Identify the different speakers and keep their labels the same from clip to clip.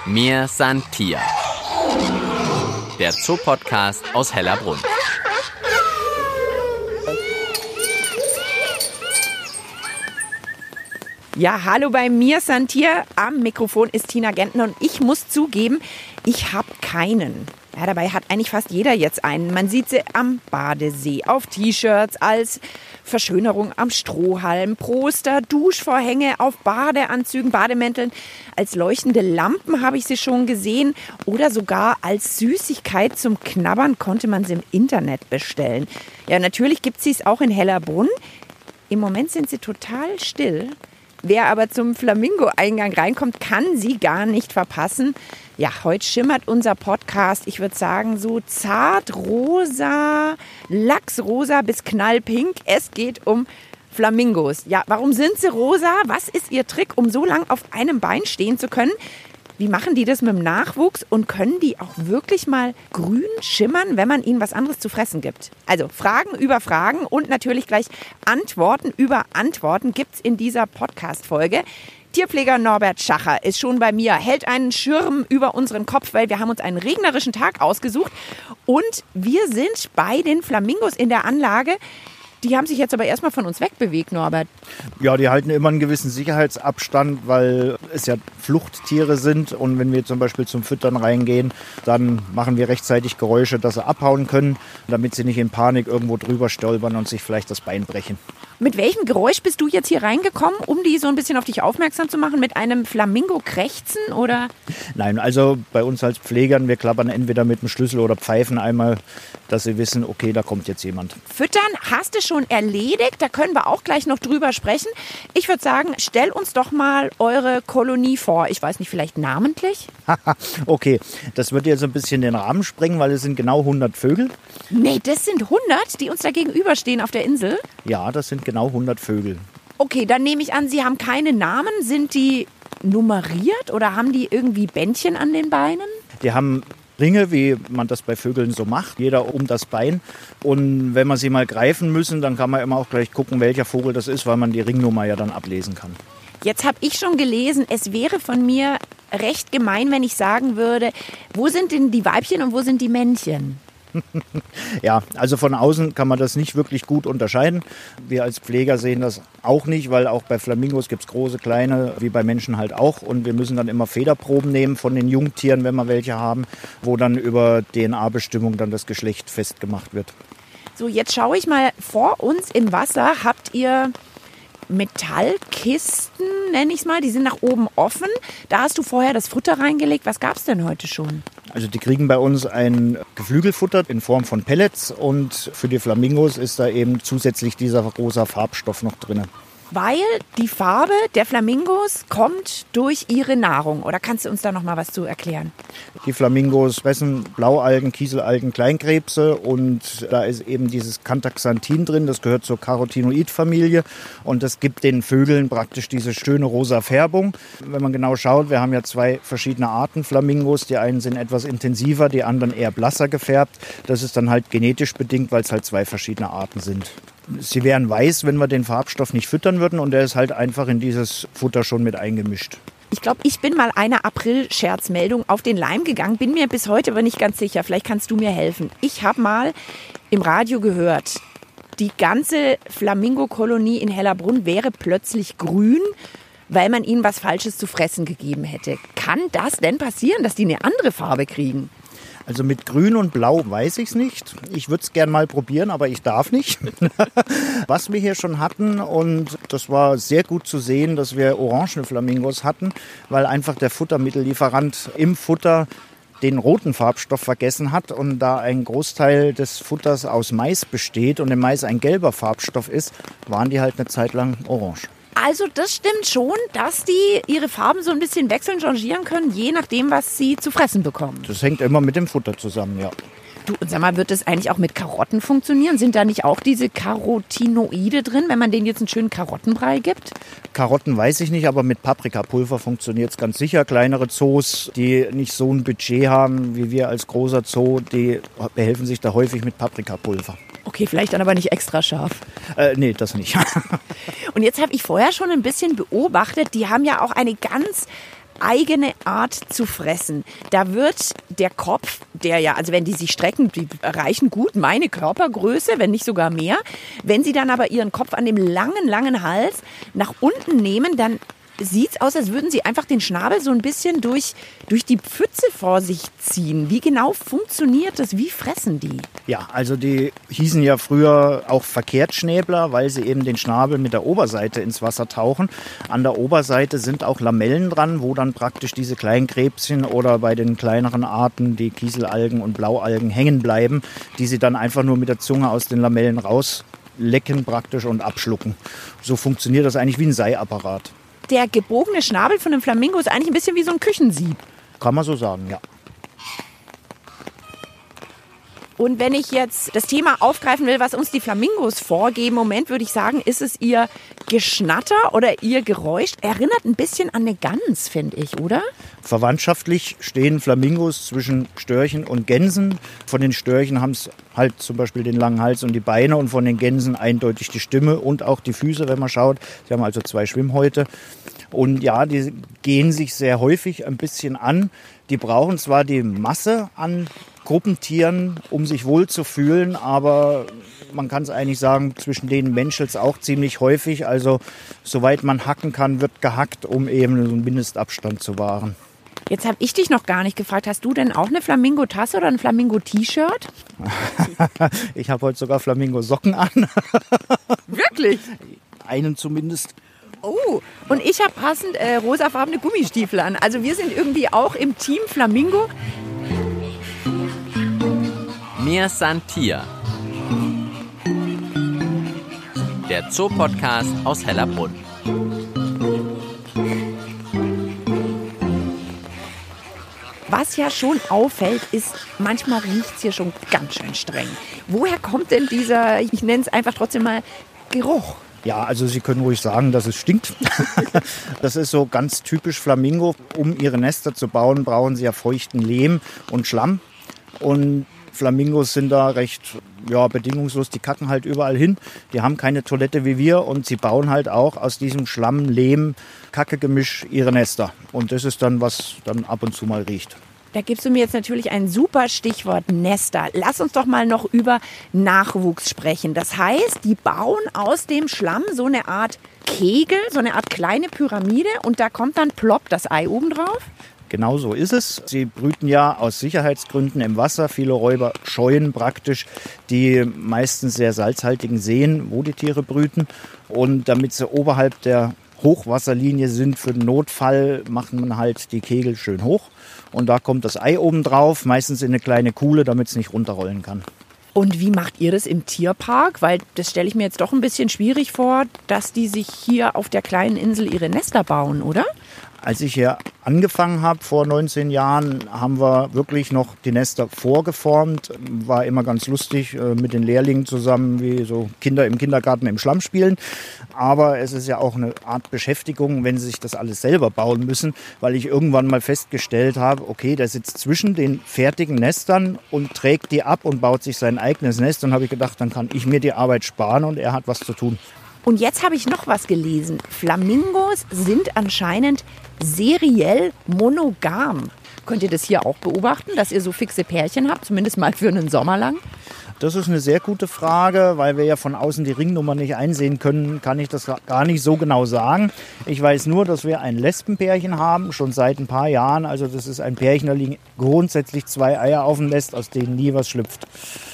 Speaker 1: Mir san Tier, der Zoopodcast aus Hellerbrunn.
Speaker 2: Ja, hallo bei Mir san Tier. Am Mikrofon ist Tina Gentner und ich muss zugeben, ich habe keinen. Ja, dabei hat eigentlich fast jeder jetzt einen. Man sieht sie am Badesee, auf T-Shirts, als Verschönerung am Strohhalm, Poster, Duschvorhänge auf Badeanzügen, Bademänteln. Als leuchtende Lampen habe ich sie schon gesehen oder sogar als Süßigkeit zum Knabbern konnte man sie im Internet bestellen. Ja, natürlich gibt es sie auch in Hellerbrunn. Im Moment sind sie total still. Wer aber zum Flamingo-Eingang reinkommt, kann sie gar nicht verpassen. Ja, heute schimmert unser Podcast, ich würde sagen, so zart rosa, lachsrosa bis knallpink. Es geht um Flamingos. Ja, warum sind sie rosa? Was ist ihr Trick, um so lang auf einem Bein stehen zu können? Wie machen die das mit dem Nachwuchs und können die auch wirklich mal grün schimmern, wenn man ihnen was anderes zu fressen gibt? Also Fragen über Fragen und natürlich gleich Antworten über Antworten gibt's in dieser Podcast-Folge. Tierpfleger Norbert Schacher ist schon bei mir, hält einen Schirm über unseren Kopf, weil wir haben uns einen regnerischen Tag ausgesucht und wir sind bei den Flamingos in der Anlage. Die haben sich jetzt aber erstmal von uns wegbewegt, Norbert.
Speaker 3: Ja, die halten immer einen gewissen Sicherheitsabstand, weil es ja Fluchttiere sind. Und wenn wir zum Beispiel zum Füttern reingehen, dann machen wir rechtzeitig Geräusche, dass sie abhauen können, damit sie nicht in Panik irgendwo drüber stolpern und sich vielleicht das Bein brechen.
Speaker 2: Mit welchem Geräusch bist du jetzt hier reingekommen, um die so ein bisschen auf dich aufmerksam zu machen? Mit einem Flamingo-Krächzen oder?
Speaker 3: Nein, also bei uns als Pflegern, wir klappern entweder mit dem Schlüssel oder pfeifen einmal, dass sie wissen, okay, da kommt jetzt jemand.
Speaker 2: Füttern hast du schon erledigt, da können wir auch gleich noch drüber sprechen. Ich würde sagen, stell uns doch mal eure Kolonie vor. Ich weiß nicht, vielleicht namentlich?
Speaker 3: Okay, das wird jetzt ein bisschen den Rahmen sprengen, weil es sind genau 100 Vögel.
Speaker 2: Nee, das sind 100, die uns da gegenüberstehen auf der Insel?
Speaker 3: Ja, das sind genau 100 Vögel.
Speaker 2: Okay, dann nehme ich an, sie haben keine Namen. Sind die nummeriert oder haben die irgendwie Bändchen an den Beinen?
Speaker 3: Die haben Ringe, wie man das bei Vögeln so macht, jeder um das Bein. Und wenn wir sie mal greifen müssen, dann kann man immer auch gleich gucken, welcher Vogel das ist, weil man die Ringnummer ja dann ablesen kann.
Speaker 2: Jetzt habe ich schon gelesen, es wäre von mir recht gemein, wenn ich sagen würde, wo sind denn die Weibchen und wo sind die Männchen?
Speaker 3: Ja, also von außen kann man das nicht wirklich gut unterscheiden. Wir als Pfleger sehen das auch nicht, weil auch bei Flamingos gibt es große, kleine, wie bei Menschen halt auch. Und wir müssen dann immer Federproben nehmen von den Jungtieren, wenn wir welche haben, wo dann über DNA-Bestimmung dann das Geschlecht festgemacht wird.
Speaker 2: So, jetzt schaue ich mal vor uns im Wasser. Habt ihr Metallkisten, nenne ich es mal, die sind nach oben offen. Da hast du vorher das Futter reingelegt. Was gab es denn heute schon?
Speaker 3: Also die kriegen bei uns ein Geflügelfutter in Form von Pellets und für die Flamingos ist da eben zusätzlich dieser rosa Farbstoff noch drin.
Speaker 2: Weil die Farbe der Flamingos kommt durch ihre Nahrung. Oder kannst du uns da noch mal was zu erklären?
Speaker 3: Die Flamingos fressen Blaualgen, Kieselalgen, Kleinkrebse und da ist eben dieses Kantaxanthin drin, das gehört zur Carotinoid-Familie und das gibt den Vögeln praktisch diese schöne rosa Färbung. Wenn man genau schaut, wir haben ja zwei verschiedene Arten Flamingos, die einen sind etwas intensiver, die anderen eher blasser gefärbt. Das ist dann halt genetisch bedingt, weil es halt zwei verschiedene Arten sind. Sie wären weiß, wenn wir den Farbstoff nicht füttern würden und der ist halt einfach in dieses Futter schon mit eingemischt.
Speaker 2: Ich glaube, ich bin mal einer April-Scherzmeldung auf den Leim gegangen, bin mir bis heute aber nicht ganz sicher. Vielleicht kannst du mir helfen. Ich habe mal im Radio gehört, die ganze Flamingo-Kolonie in Hellerbrunn wäre plötzlich grün, weil man ihnen was Falsches zu fressen gegeben hätte. Kann das denn passieren, dass die eine andere Farbe kriegen?
Speaker 3: Also mit Grün und Blau weiß ich es nicht. Ich würde es gern mal probieren, aber ich darf nicht. Was wir hier schon hatten, und das war sehr gut zu sehen, dass wir orangene Flamingos hatten, weil einfach der Futtermittellieferant im Futter den roten Farbstoff vergessen hat und da ein Großteil des Futters aus Mais besteht und im Mais ein gelber Farbstoff ist, waren die halt eine Zeit lang orange.
Speaker 2: Also das stimmt schon, dass die ihre Farben so ein bisschen wechseln, changieren können, je nachdem, was sie zu fressen bekommen.
Speaker 3: Das hängt immer mit dem Futter zusammen, ja.
Speaker 2: Du, und sag mal, wird das eigentlich auch mit Karotten funktionieren? Sind da nicht auch diese Carotinoide drin, wenn man denen jetzt einen schönen Karottenbrei gibt?
Speaker 3: Karotten weiß ich nicht, aber mit Paprikapulver funktioniert es ganz sicher. Kleinere Zoos, die nicht so ein Budget haben wie wir als großer Zoo, die behelfen sich da häufig mit Paprikapulver.
Speaker 2: Okay, vielleicht dann aber nicht extra scharf.
Speaker 3: Nee, das nicht.
Speaker 2: Und jetzt habe ich vorher schon ein bisschen beobachtet, die haben ja auch eine ganz eigene Art zu fressen. Da wird der Kopf, der ja, also wenn die sich strecken, die erreichen gut meine Körpergröße, wenn nicht sogar mehr. Wenn sie dann aber ihren Kopf an dem langen Hals nach unten nehmen, dann sieht's aus, als würden sie einfach den Schnabel so ein bisschen durch die Pfütze vor sich ziehen. Wie genau funktioniert das? Wie fressen die?
Speaker 3: Ja, also die hießen ja früher auch Verkehrtschnäbler, weil sie eben den Schnabel mit der Oberseite ins Wasser tauchen. An der Oberseite sind auch Lamellen dran, wo dann praktisch diese kleinen Krebschen oder bei den kleineren Arten die Kieselalgen und Blaualgen hängen bleiben, die sie dann einfach nur mit der Zunge aus den Lamellen rauslecken praktisch und abschlucken. So funktioniert das eigentlich wie ein Seiapparat.
Speaker 2: Der gebogene Schnabel von einem Flamingo ist eigentlich ein bisschen wie so ein Küchensieb.
Speaker 3: Kann man so sagen, ja.
Speaker 2: Und wenn ich jetzt das Thema aufgreifen will, was uns die Flamingos vorgeben, im Moment würde ich sagen, ist es ihr Geschnatter oder ihr Geräusch. Erinnert ein bisschen an eine Gans, finde ich, oder?
Speaker 3: Verwandtschaftlich stehen Flamingos zwischen Störchen und Gänsen. Von den Störchen haben es halt zum Beispiel den langen Hals und die Beine und von den Gänsen eindeutig die Stimme und auch die Füße, wenn man schaut. Sie haben also 2 Schwimmhäute. Und ja, die gehen sich sehr häufig ein bisschen an. Die brauchen zwar die Masse an Gruppentieren, um sich wohl zu fühlen, aber man kann es eigentlich sagen, zwischen denen menschelt es auch ziemlich häufig. Also soweit man hacken kann, wird gehackt, um eben so einen Mindestabstand zu wahren.
Speaker 2: Jetzt habe ich dich noch gar nicht gefragt, hast du denn auch eine Flamingo-Tasse oder ein Flamingo-T-Shirt?
Speaker 3: Ich habe heute sogar Flamingo-Socken an.
Speaker 2: Wirklich?
Speaker 3: Einen zumindest.
Speaker 2: Oh, und ich habe passend rosafarbene Gummistiefel an. Also wir sind irgendwie auch im Team Flamingo.
Speaker 1: Mir san Tier. Der Zoopodcast aus Hellerbrunn.
Speaker 2: Was ja schon auffällt, ist, manchmal riecht es hier schon ganz schön streng. Woher kommt denn dieser, ich nenne es einfach trotzdem mal, Geruch?
Speaker 3: Ja, also Sie können ruhig sagen, dass es stinkt. Das ist so ganz typisch Flamingo. Um ihre Nester zu bauen, brauchen sie ja feuchten Lehm und Schlamm. Und Flamingos sind da recht bedingungslos, die kacken halt überall hin. Die haben keine Toilette wie wir und sie bauen halt auch aus diesem Schlamm-Lehm-Kacke-Gemisch ihre Nester. Und das ist dann, was dann ab und zu mal riecht.
Speaker 2: Da gibst du mir jetzt natürlich ein super Stichwort, Nester. Lass uns doch mal noch über Nachwuchs sprechen. Das heißt, die bauen aus dem Schlamm so eine Art Kegel, so eine Art kleine Pyramide und da kommt dann plopp das Ei oben drauf?
Speaker 3: Genau so ist es. Sie brüten ja aus Sicherheitsgründen im Wasser. Viele Räuber scheuen praktisch die meistens sehr salzhaltigen Seen, wo die Tiere brüten. Und damit sie oberhalb der Hochwasserlinie sind für den Notfall, macht man halt die Kegel schön hoch. Und da kommt das Ei oben drauf, meistens in eine kleine Kuhle, damit es nicht runterrollen kann.
Speaker 2: Und wie macht ihr das im Tierpark? Weil das stelle ich mir jetzt doch ein bisschen schwierig vor, dass die sich hier auf der kleinen Insel ihre Nester bauen, oder?
Speaker 3: Als ich hier angefangen habe, vor 19 Jahren, haben wir wirklich noch die Nester vorgeformt. War immer ganz lustig mit den Lehrlingen zusammen, wie so Kinder im Kindergarten im Schlamm spielen. Aber es ist ja auch eine Art Beschäftigung, wenn sie sich das alles selber bauen müssen, weil ich irgendwann mal festgestellt habe, okay, der sitzt zwischen den fertigen Nestern und trägt die ab und baut sich sein eigenes Nest. Und habe ich gedacht, dann kann ich mir die Arbeit sparen und er hat was zu tun.
Speaker 2: Und jetzt habe ich noch was gelesen. Flamingos sind anscheinend seriell monogam. Könnt ihr das hier auch beobachten, dass ihr so fixe Pärchen habt, zumindest mal für einen Sommer lang?
Speaker 3: Das ist eine sehr gute Frage, weil wir ja von außen die Ringnummer nicht einsehen können, kann ich das gar nicht so genau sagen. Ich weiß nur, dass wir ein Lesbenpärchen haben, schon seit ein paar Jahren. Also das ist ein Pärchen, da liegen grundsätzlich 2 Eier auf dem Nest, aus denen nie was schlüpft.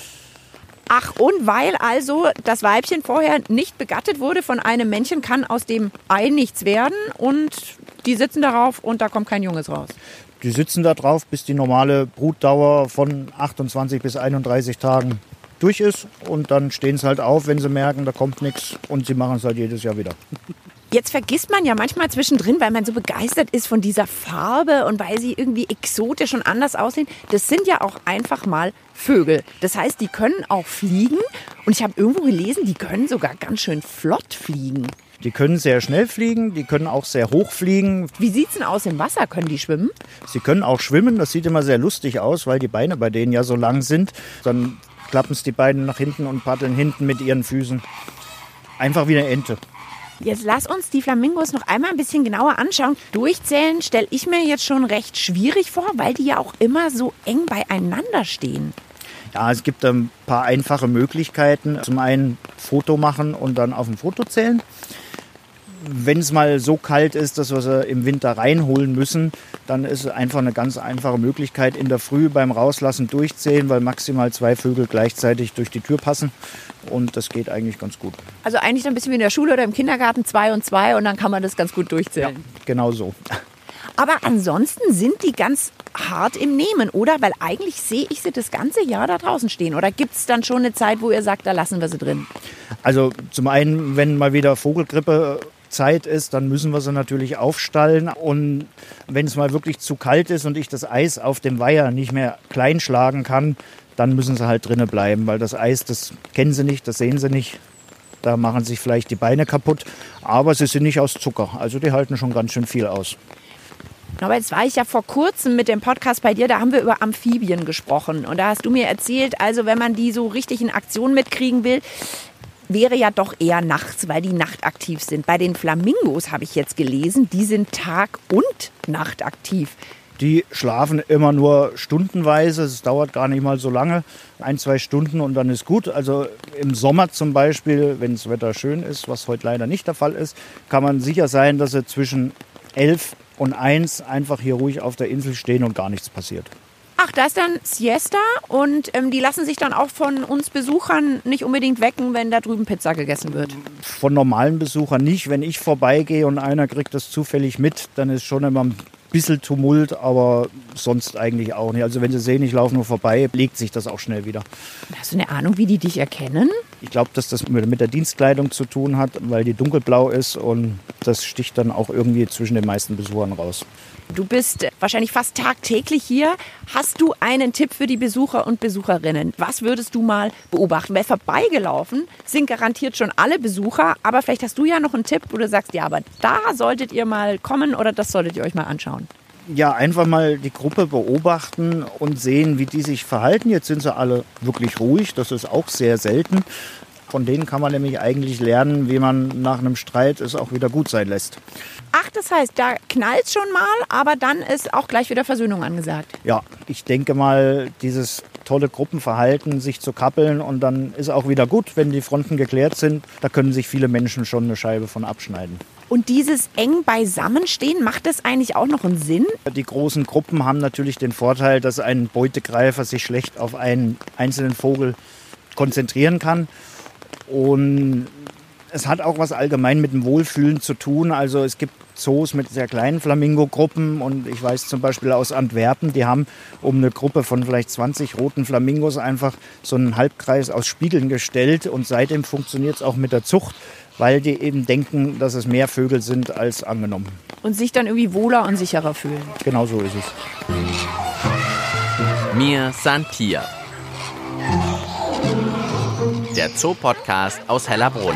Speaker 2: Ach, und weil also das Weibchen vorher nicht begattet wurde von einem Männchen, kann aus dem Ei nichts werden und die sitzen darauf und da kommt kein Junges raus.
Speaker 3: Die sitzen da drauf, bis die normale Brutdauer von 28 bis 31 Tagen durch ist und dann stehen sie halt auf, wenn sie merken, da kommt nichts und sie machen es halt jedes Jahr wieder.
Speaker 2: Jetzt vergisst man ja manchmal zwischendrin, weil man so begeistert ist von dieser Farbe und weil sie irgendwie exotisch und anders aussehen. Das sind ja auch einfach mal Vögel. Das heißt, die können auch fliegen. Und ich habe irgendwo gelesen, die können sogar ganz schön flott fliegen.
Speaker 3: Die können sehr schnell fliegen, die können auch sehr hoch fliegen.
Speaker 2: Wie sieht's denn aus im Wasser? Können die schwimmen?
Speaker 3: Sie können auch schwimmen. Das sieht immer sehr lustig aus, weil die Beine bei denen ja so lang sind. Dann klappen es die Beine nach hinten und paddeln hinten mit ihren Füßen. Einfach wie eine Ente.
Speaker 2: Jetzt lass uns die Flamingos noch einmal ein bisschen genauer anschauen. Durchzählen stelle ich mir jetzt schon recht schwierig vor, weil die ja auch immer so eng beieinander stehen.
Speaker 3: Ja, es gibt ein paar einfache Möglichkeiten. Zum einen Foto machen und dann auf dem Foto zählen. Wenn es mal so kalt ist, dass wir sie im Winter reinholen müssen, dann ist es einfach eine ganz einfache Möglichkeit. In der Früh beim Rauslassen durchzählen, weil maximal 2 Vögel gleichzeitig durch die Tür passen. Und das geht eigentlich ganz gut.
Speaker 2: Also eigentlich so ein bisschen wie in der Schule oder im Kindergarten 2 und 2 und dann kann man das ganz gut durchzählen.
Speaker 3: Ja, genau so.
Speaker 2: Aber ansonsten sind die ganz hart im Nehmen, oder? Weil eigentlich sehe ich sie das ganze Jahr da draußen stehen. Oder gibt es dann schon eine Zeit, wo ihr sagt, da lassen wir sie drin?
Speaker 3: Also zum einen, wenn mal wieder Vogelgrippe-Zeit ist, dann müssen wir sie natürlich aufstallen. Und wenn es mal wirklich zu kalt ist und ich das Eis auf dem Weiher nicht mehr klein schlagen kann, dann müssen sie halt drinnen bleiben. Weil das Eis, das kennen sie nicht, das sehen sie nicht. Da machen sich vielleicht die Beine kaputt. Aber sie sind nicht aus Zucker. Also die halten schon ganz schön viel aus.
Speaker 2: Aber jetzt war ich ja vor kurzem mit dem Podcast bei dir, da haben wir über Amphibien gesprochen. Und da hast du mir erzählt, also wenn man die so richtig in Aktion mitkriegen will, wäre ja doch eher nachts, weil die nachtaktiv sind. Bei den Flamingos habe ich jetzt gelesen, die sind tag- und nachtaktiv.
Speaker 3: Die schlafen immer nur stundenweise, es dauert gar nicht mal so lange, 1-2 Stunden und dann ist gut. Also im Sommer zum Beispiel, wenn das Wetter schön ist, was heute leider nicht der Fall ist, kann man sicher sein, dass sie zwischen 11 und 1 einfach hier ruhig auf der Insel stehen und gar nichts passiert.
Speaker 2: Ach, da ist dann Siesta und die lassen sich dann auch von uns Besuchern nicht unbedingt wecken, wenn da drüben Pizza gegessen wird.
Speaker 3: Von normalen Besuchern nicht. Wenn ich vorbeigehe und einer kriegt das zufällig mit, dann ist schon immer ein bisschen Tumult, aber sonst eigentlich auch nicht. Also wenn sie sehen, ich laufe nur vorbei, legt sich das auch schnell wieder.
Speaker 2: Hast du eine Ahnung, wie die dich erkennen?
Speaker 3: Ich glaube, dass das mit der Dienstkleidung zu tun hat, weil die dunkelblau ist und das sticht dann auch irgendwie zwischen den meisten Besuchern raus.
Speaker 2: Du bist wahrscheinlich fast tagtäglich hier. Hast du einen Tipp für die Besucher und Besucherinnen? Was würdest du mal beobachten? Weil vorbeigelaufen sind garantiert schon alle Besucher, aber vielleicht hast du ja noch einen Tipp, wo du sagst, ja, aber da solltet ihr mal kommen oder das solltet ihr euch mal anschauen.
Speaker 3: Ja, einfach mal die Gruppe beobachten und sehen, wie die sich verhalten. Jetzt sind sie alle wirklich ruhig, das ist auch sehr selten. Von denen kann man nämlich eigentlich lernen, wie man nach einem Streit es auch wieder gut sein lässt.
Speaker 2: Ach, das heißt, da knallt es schon mal, aber dann ist auch gleich wieder Versöhnung angesagt.
Speaker 3: Ja, ich denke mal, dieses tolle Gruppenverhalten, sich zu kappeln und dann ist auch wieder gut, wenn die Fronten geklärt sind. Da können sich viele Menschen schon eine Scheibe von abschneiden.
Speaker 2: Und dieses eng beisammenstehen, macht das eigentlich auch noch einen Sinn?
Speaker 3: Die großen Gruppen haben natürlich den Vorteil, dass ein Beutegreifer sich schlecht auf einen einzelnen Vogel konzentrieren kann. Und es hat auch was allgemein mit dem Wohlfühlen zu tun. Also es gibt Zoos mit sehr kleinen Flamingo-Gruppen und ich weiß zum Beispiel aus Antwerpen, die haben um eine Gruppe von vielleicht 20 roten Flamingos einfach so einen Halbkreis aus Spiegeln gestellt und seitdem funktioniert es auch mit der Zucht, weil die eben denken, dass es mehr Vögel sind als angenommen.
Speaker 2: Und sich dann irgendwie wohler und sicherer fühlen.
Speaker 3: Genau so ist es.
Speaker 1: Mir Santia. Der Zoo-Podcast aus Hellerbrunn.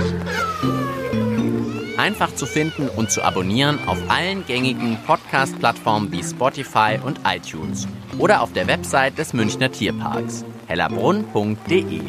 Speaker 1: Einfach zu finden und zu abonnieren auf allen gängigen Podcast-Plattformen wie Spotify und iTunes oder auf der Website des Münchner Tierparks hellerbrunn.de.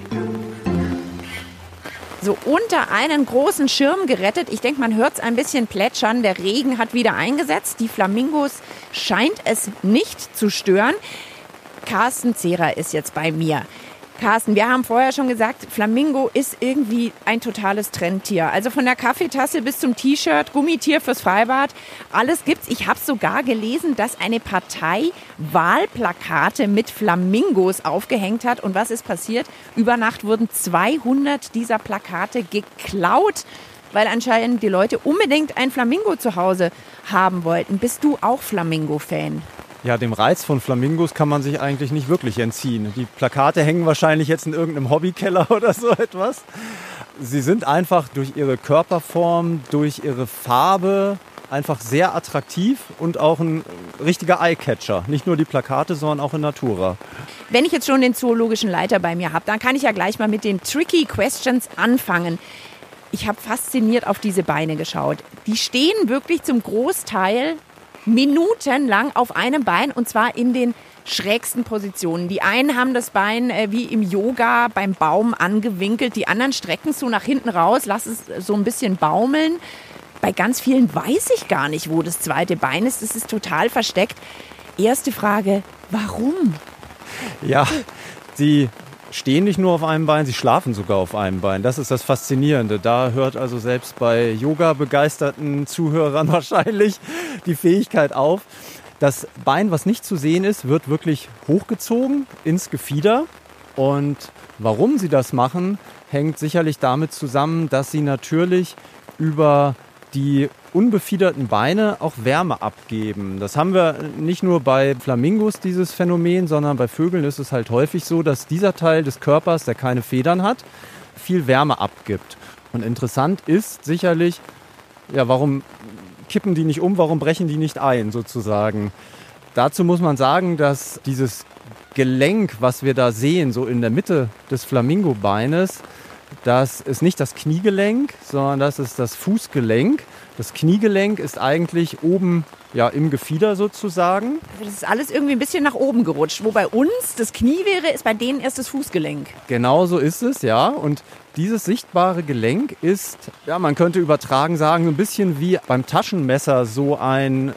Speaker 2: So unter einen großen Schirm gerettet. Ich denke, man hört es ein bisschen plätschern. Der Regen hat wieder eingesetzt. Die Flamingos scheint es nicht zu stören. Carsten Zehrer ist jetzt bei mir. Carsten, wir haben vorher schon gesagt, Flamingo ist irgendwie ein totales Trendtier. Also von der Kaffeetasse bis zum T-Shirt, Gummitier fürs Freibad, alles gibt's. Ich habe sogar gelesen, dass eine Partei Wahlplakate mit Flamingos aufgehängt hat. Und was ist passiert? Über Nacht wurden 200 dieser Plakate geklaut, weil anscheinend die Leute unbedingt ein Flamingo zu Hause haben wollten. Bist du auch Flamingo-Fan?
Speaker 4: Ja, dem Reiz von Flamingos kann man sich eigentlich nicht wirklich entziehen. Die Plakate hängen wahrscheinlich jetzt in irgendeinem Hobbykeller oder so etwas. Sie sind einfach durch ihre Körperform, durch ihre Farbe einfach sehr attraktiv und auch ein richtiger Eyecatcher. Nicht nur die Plakate, sondern auch in Natura.
Speaker 2: Wenn ich jetzt schon den zoologischen Leiter bei mir habe, dann kann ich ja gleich mal mit den Tricky Questions anfangen. Ich habe fasziniert auf diese Beine geschaut. Die stehen wirklich zum Großteil minutenlang auf einem Bein und zwar in den schrägsten Positionen. Die einen haben das Bein wie im Yoga beim Baum angewinkelt, die anderen strecken es so nach hinten raus, lassen es so ein bisschen baumeln. Bei ganz vielen weiß ich gar nicht, wo das zweite Bein ist. Es ist total versteckt. Erste Frage, warum?
Speaker 4: Ja, sie stehen nicht nur auf einem Bein, sie schlafen sogar auf einem Bein. Das ist das Faszinierende. Da hört also selbst bei Yoga-begeisterten Zuhörern wahrscheinlich die Fähigkeit auf. Das Bein, was nicht zu sehen ist, wird wirklich hochgezogen ins Gefieder. Und warum sie das machen, hängt sicherlich damit zusammen, dass sie natürlich über die unbefiederten Beine auch Wärme abgeben. Das haben wir nicht nur bei Flamingos, dieses Phänomen, sondern bei Vögeln ist es halt häufig so, dass dieser Teil des Körpers, der keine Federn hat, viel Wärme abgibt. Und interessant ist sicherlich, ja, warum kippen die nicht um, warum brechen die nicht ein sozusagen. Dazu muss man sagen, dass dieses Gelenk, was wir da sehen, so in der Mitte des Flamingobeines, das ist nicht das Kniegelenk, sondern das ist das Fußgelenk. Das Kniegelenk ist eigentlich oben ja, im Gefieder sozusagen.
Speaker 2: Also das ist alles irgendwie ein bisschen nach oben gerutscht. Wo bei uns das Knie wäre, ist bei denen erst das Fußgelenk.
Speaker 4: Genau so ist es, ja. Und dieses sichtbare Gelenk ist, ja, man könnte übertragen sagen, so ein bisschen wie beim Taschenmesser so ein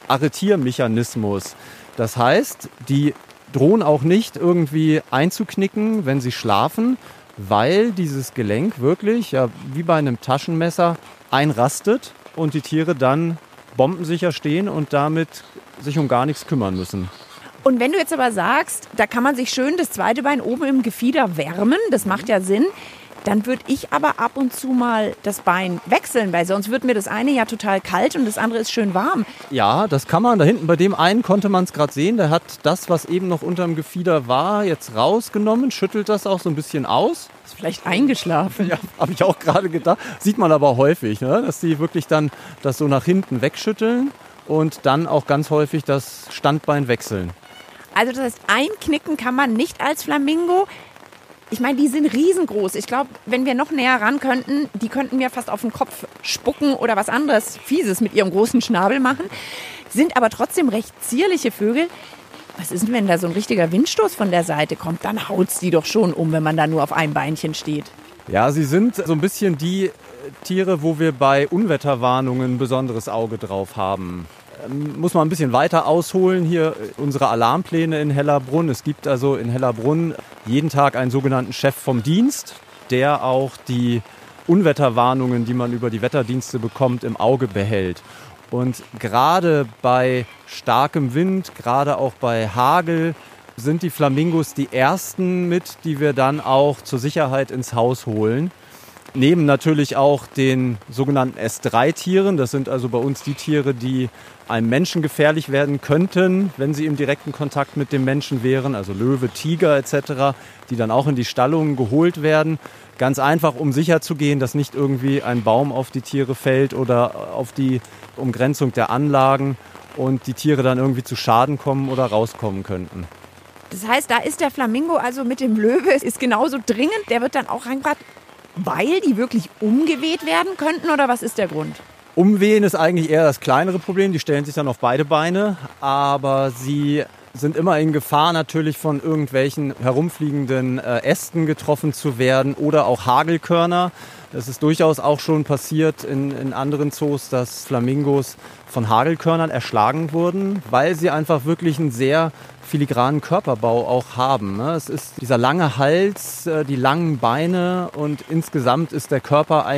Speaker 4: Arretiermechanismus. Das heißt, die drohen auch nicht irgendwie einzuknicken, wenn sie schlafen, weil dieses Gelenk wirklich, ja, wie bei einem Taschenmesser, einrastet und die Tiere dann bombensicher stehen und damit sich um gar nichts kümmern müssen.
Speaker 2: Und wenn du jetzt aber sagst, da kann man sich schön das zweite Bein oben im Gefieder wärmen, das macht ja Sinn, dann würde ich aber ab und zu mal das Bein wechseln, weil sonst wird mir das eine ja total kalt und das andere ist schön warm.
Speaker 4: Ja, das kann man. Da hinten bei dem einen konnte man es gerade sehen. Der hat das, was eben noch unterm Gefieder war, jetzt rausgenommen, schüttelt das auch so ein bisschen aus.
Speaker 2: Ist vielleicht eingeschlafen.
Speaker 4: Ja, habe ich auch gerade gedacht. Sieht man aber häufig, ne? Dass die wirklich dann das so nach hinten wegschütteln und dann auch ganz häufig das Standbein wechseln.
Speaker 2: Also das heißt, einknicken kann man nicht als Flamingo. Ich meine, die sind riesengroß. Ich glaube, wenn wir noch näher ran könnten, die könnten mir fast auf den Kopf spucken oder was anderes Fieses mit ihrem großen Schnabel machen. Sind aber trotzdem recht zierliche Vögel. Was ist denn, wenn da so ein richtiger Windstoß von der Seite kommt? Dann haut's die doch schon um, wenn man da nur auf einem Beinchen steht.
Speaker 4: Ja, sie sind so ein bisschen die Tiere, wo wir bei Unwetterwarnungen ein besonderes Auge drauf haben. Muss man ein bisschen weiter ausholen, hier unsere Alarmpläne in Hellerbrunn. Es gibt also in Hellerbrunn jeden Tag einen sogenannten Chef vom Dienst, der auch die Unwetterwarnungen, die man über die Wetterdienste bekommt, im Auge behält. Und gerade bei starkem Wind, gerade auch bei Hagel, sind die Flamingos die ersten mit, die wir dann auch zur Sicherheit ins Haus holen. Neben natürlich auch den sogenannten S3-Tieren. Das sind also bei uns die Tiere, die einem Menschen gefährlich werden könnten, wenn sie im direkten Kontakt mit dem Menschen wären. Also Löwe, Tiger etc., die dann auch in die Stallungen geholt werden. Ganz einfach, um sicherzugehen, dass nicht irgendwie ein Baum auf die Tiere fällt oder auf die Umgrenzung der Anlagen und die Tiere dann irgendwie zu Schaden kommen oder rauskommen könnten.
Speaker 2: Das heißt, da ist der Flamingo also mit dem Löwe, ist genauso dringend. Der wird dann auch reingebracht, weil die wirklich umgeweht werden könnten, oder was ist der Grund?
Speaker 4: Umwehen ist eigentlich eher das kleinere Problem. Die stellen sich dann auf beide Beine, aber sie sind immer in Gefahr, natürlich von irgendwelchen herumfliegenden Ästen getroffen zu werden oder auch Hagelkörner. Es ist durchaus auch schon passiert in anderen Zoos, dass Flamingos von Hagelkörnern erschlagen wurden, weil sie einfach wirklich einen sehr filigranen Körperbau auch haben. Es ist dieser lange Hals, die langen Beine und insgesamt ist der Körper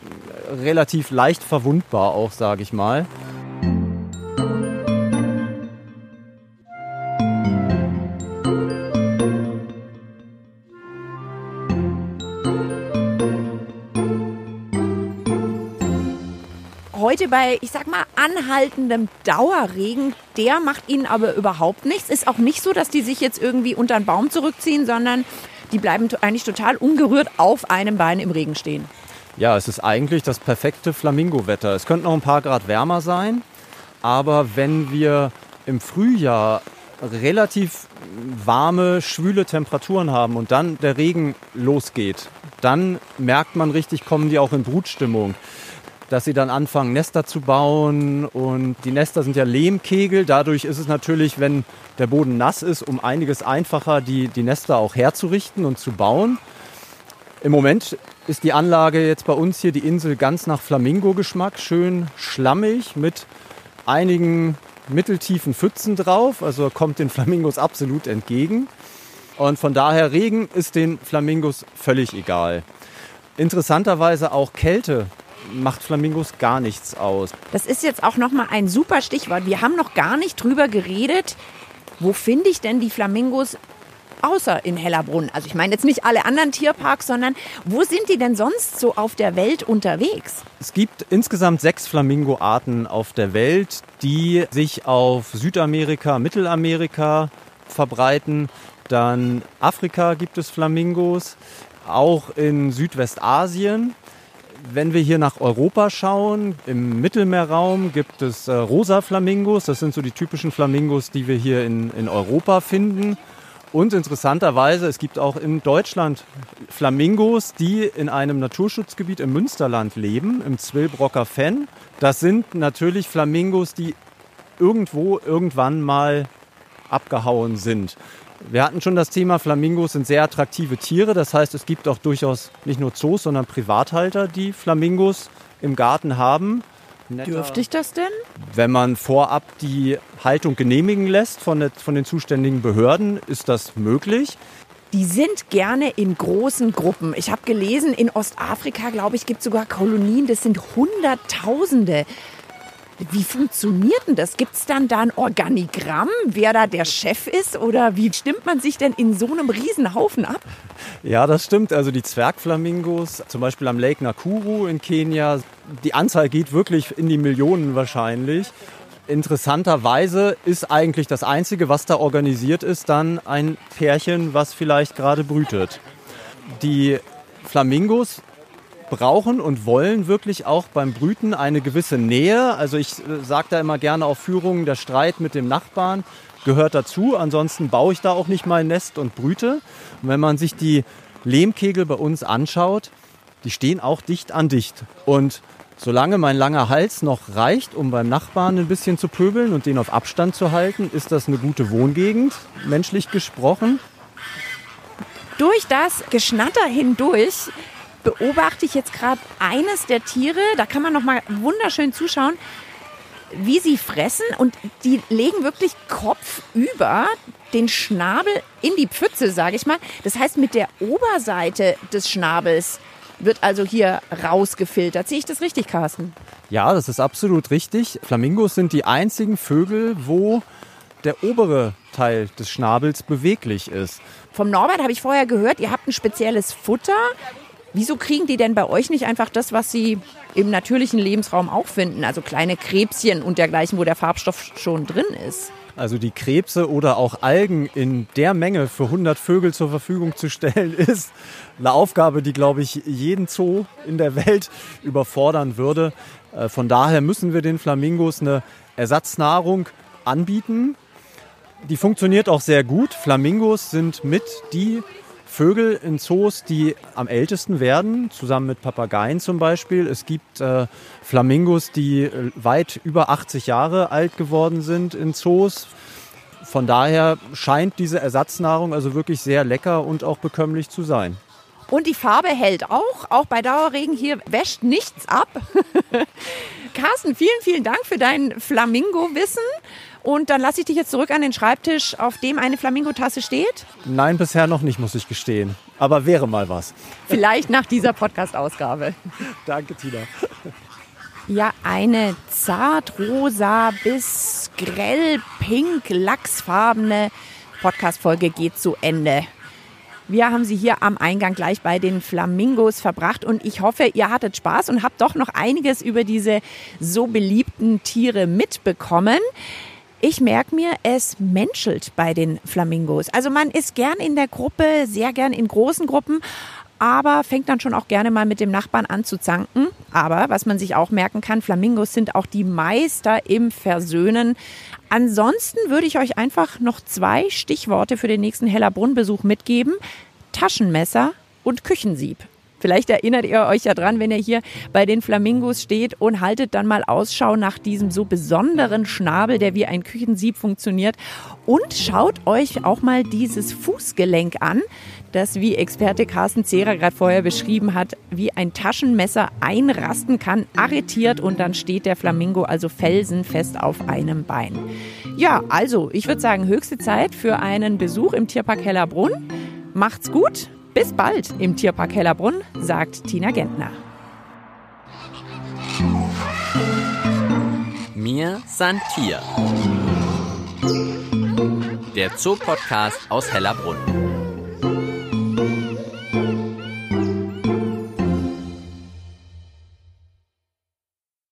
Speaker 4: relativ leicht verwundbar auch, sage ich mal.
Speaker 2: Heute bei, ich sag mal, anhaltendem Dauerregen, der macht ihnen aber überhaupt nichts. Ist auch nicht so, dass die sich jetzt irgendwie unter einen Baum zurückziehen, sondern die bleiben eigentlich total ungerührt auf einem Bein im Regen stehen.
Speaker 4: Ja, es ist eigentlich das perfekte Flamingo-Wetter. Es könnte noch ein paar Grad wärmer sein, aber wenn wir im Frühjahr relativ warme, schwüle Temperaturen haben und dann der Regen losgeht, dann merkt man richtig, kommen die auch in Brutstimmung. dass sie dann anfangen, Nester zu bauen. Und die Nester sind ja Lehmkegel. Dadurch ist es natürlich, wenn der Boden nass ist, um einiges einfacher, die Nester auch herzurichten und zu bauen. Im Moment ist die Anlage jetzt bei uns hier, die Insel, ganz nach Flamingo-Geschmack. Schön schlammig mit einigen mitteltiefen Pfützen drauf. Also kommt den Flamingos absolut entgegen. Und von daher, Regen ist den Flamingos völlig egal. Interessanterweise auch Kälte macht Flamingos gar nichts aus.
Speaker 2: Das ist jetzt auch nochmal ein super Stichwort. Wir haben noch gar nicht drüber geredet, wo finde ich denn die Flamingos außer in Hellerbrunn? Also ich meine jetzt nicht alle anderen Tierparks, sondern wo sind die denn sonst so auf der Welt unterwegs?
Speaker 4: Es gibt insgesamt 6 Flamingo-Arten auf der Welt, die sich auf Südamerika, Mittelamerika verbreiten. Dann Afrika gibt es Flamingos, auch in Südwestasien. Wenn wir hier nach Europa schauen, im Mittelmeerraum gibt es rosa Flamingos. Das sind so die typischen Flamingos, die wir hier in Europa finden. Und interessanterweise, es gibt auch in Deutschland Flamingos, die in einem Naturschutzgebiet im Münsterland leben, im Zwillbrocker Fenn. Das sind natürlich Flamingos, die irgendwann mal abgehauen sind. Wir hatten schon das Thema, Flamingos sind sehr attraktive Tiere. Das heißt, es gibt auch durchaus nicht nur Zoos, sondern Privathalter, die Flamingos im Garten haben.
Speaker 2: Dürfte ich das denn?
Speaker 4: Wenn man vorab die Haltung genehmigen lässt von den zuständigen Behörden, ist das möglich.
Speaker 2: Die sind gerne in großen Gruppen. Ich habe gelesen, in Ostafrika, glaube ich, gibt es sogar Kolonien, das sind Hunderttausende. Wie funktioniert denn das? Gibt es dann da ein Organigramm, wer da der Chef ist? Oder wie stimmt man sich denn in so einem Riesenhaufen ab?
Speaker 4: Ja, das stimmt. Also die Zwergflamingos, zum Beispiel am Lake Nakuru in Kenia, die Anzahl geht wirklich in die Millionen wahrscheinlich. Interessanterweise ist eigentlich das Einzige, was da organisiert ist, dann ein Pärchen, was vielleicht gerade brütet. Die Flamingos brauchen und wollen wirklich auch beim Brüten eine gewisse Nähe. Also ich sage da immer gerne auf Führungen, der Streit mit dem Nachbarn gehört dazu. Ansonsten baue ich da auch nicht mein Nest und brüte. Und wenn man sich die Lehmkegel bei uns anschaut, die stehen auch dicht an dicht. Und solange mein langer Hals noch reicht, um beim Nachbarn ein bisschen zu pöbeln und den auf Abstand zu halten, ist das eine gute Wohngegend, menschlich gesprochen.
Speaker 2: Durch das Geschnatter hindurch beobachte ich jetzt gerade eines der Tiere, da kann man noch mal wunderschön zuschauen, wie sie fressen, und die legen wirklich kopfüber den Schnabel in die Pfütze, sage ich mal. Das heißt, mit der Oberseite des Schnabels wird also hier rausgefiltert. Sehe ich das richtig, Carsten?
Speaker 4: Ja, das ist absolut richtig. Flamingos sind die einzigen Vögel, wo der obere Teil des Schnabels beweglich ist.
Speaker 2: Vom Norbert habe ich vorher gehört, ihr habt ein spezielles Futter. Wieso kriegen die denn bei euch nicht einfach das, was sie im natürlichen Lebensraum auch finden? Also kleine Krebschen und dergleichen, wo der Farbstoff schon drin ist.
Speaker 4: Also die Krebse oder auch Algen in der Menge für 100 Vögel zur Verfügung zu stellen, ist eine Aufgabe, die, glaube ich, jeden Zoo in der Welt überfordern würde. Von daher müssen wir den Flamingos eine Ersatznahrung anbieten. Die funktioniert auch sehr gut. Flamingos sind mit die Vögel in Zoos, die am ältesten werden, zusammen mit Papageien zum Beispiel. Es gibt Flamingos, die weit über 80 Jahre alt geworden sind in Zoos. Von daher scheint diese Ersatznahrung also wirklich sehr lecker und auch bekömmlich zu sein.
Speaker 2: Und die Farbe hält auch bei Dauerregen hier wäscht nichts ab. Carsten, vielen, vielen Dank für dein Flamingo-Wissen. Und dann lasse ich dich jetzt zurück an den Schreibtisch, auf dem eine Flamingotasse steht.
Speaker 4: Nein, bisher noch nicht, muss ich gestehen. Aber wäre mal was.
Speaker 2: Vielleicht nach dieser Podcast-Ausgabe.
Speaker 4: Danke, Tina.
Speaker 2: Ja, eine zartrosa bis grell-pink lachsfarbene Podcast-Folge geht zu Ende. Wir haben sie hier am Eingang gleich bei den Flamingos verbracht und ich hoffe, ihr hattet Spaß und habt doch noch einiges über diese so beliebten Tiere mitbekommen. Ich merke mir, es menschelt bei den Flamingos. Also man ist gern in der Gruppe, sehr gern in großen Gruppen, aber fängt dann schon auch gerne mal mit dem Nachbarn an zu zanken. Aber was man sich auch merken kann, Flamingos sind auch die Meister im Versöhnen. Ansonsten würde ich euch einfach noch 2 Stichworte für den nächsten Hellerbrunn-Besuch mitgeben. Taschenmesser und Küchensieb. Vielleicht erinnert ihr euch ja dran, wenn ihr hier bei den Flamingos steht und haltet dann mal Ausschau nach diesem so besonderen Schnabel, der wie ein Küchensieb funktioniert. Und schaut euch auch mal dieses Fußgelenk an, das, wie Experte Carsten Zehrer gerade vorher beschrieben hat, wie ein Taschenmesser einrasten kann, arretiert und dann steht der Flamingo also felsenfest auf einem Bein. Ja, also ich würde sagen, höchste Zeit für einen Besuch im Tierpark Hellerbrunn. Macht's gut, bis bald im Tierpark Hellerbrunn, sagt Tina Gentner.
Speaker 1: Mir san Tier. Der Zoopodcast aus Hellerbrunn.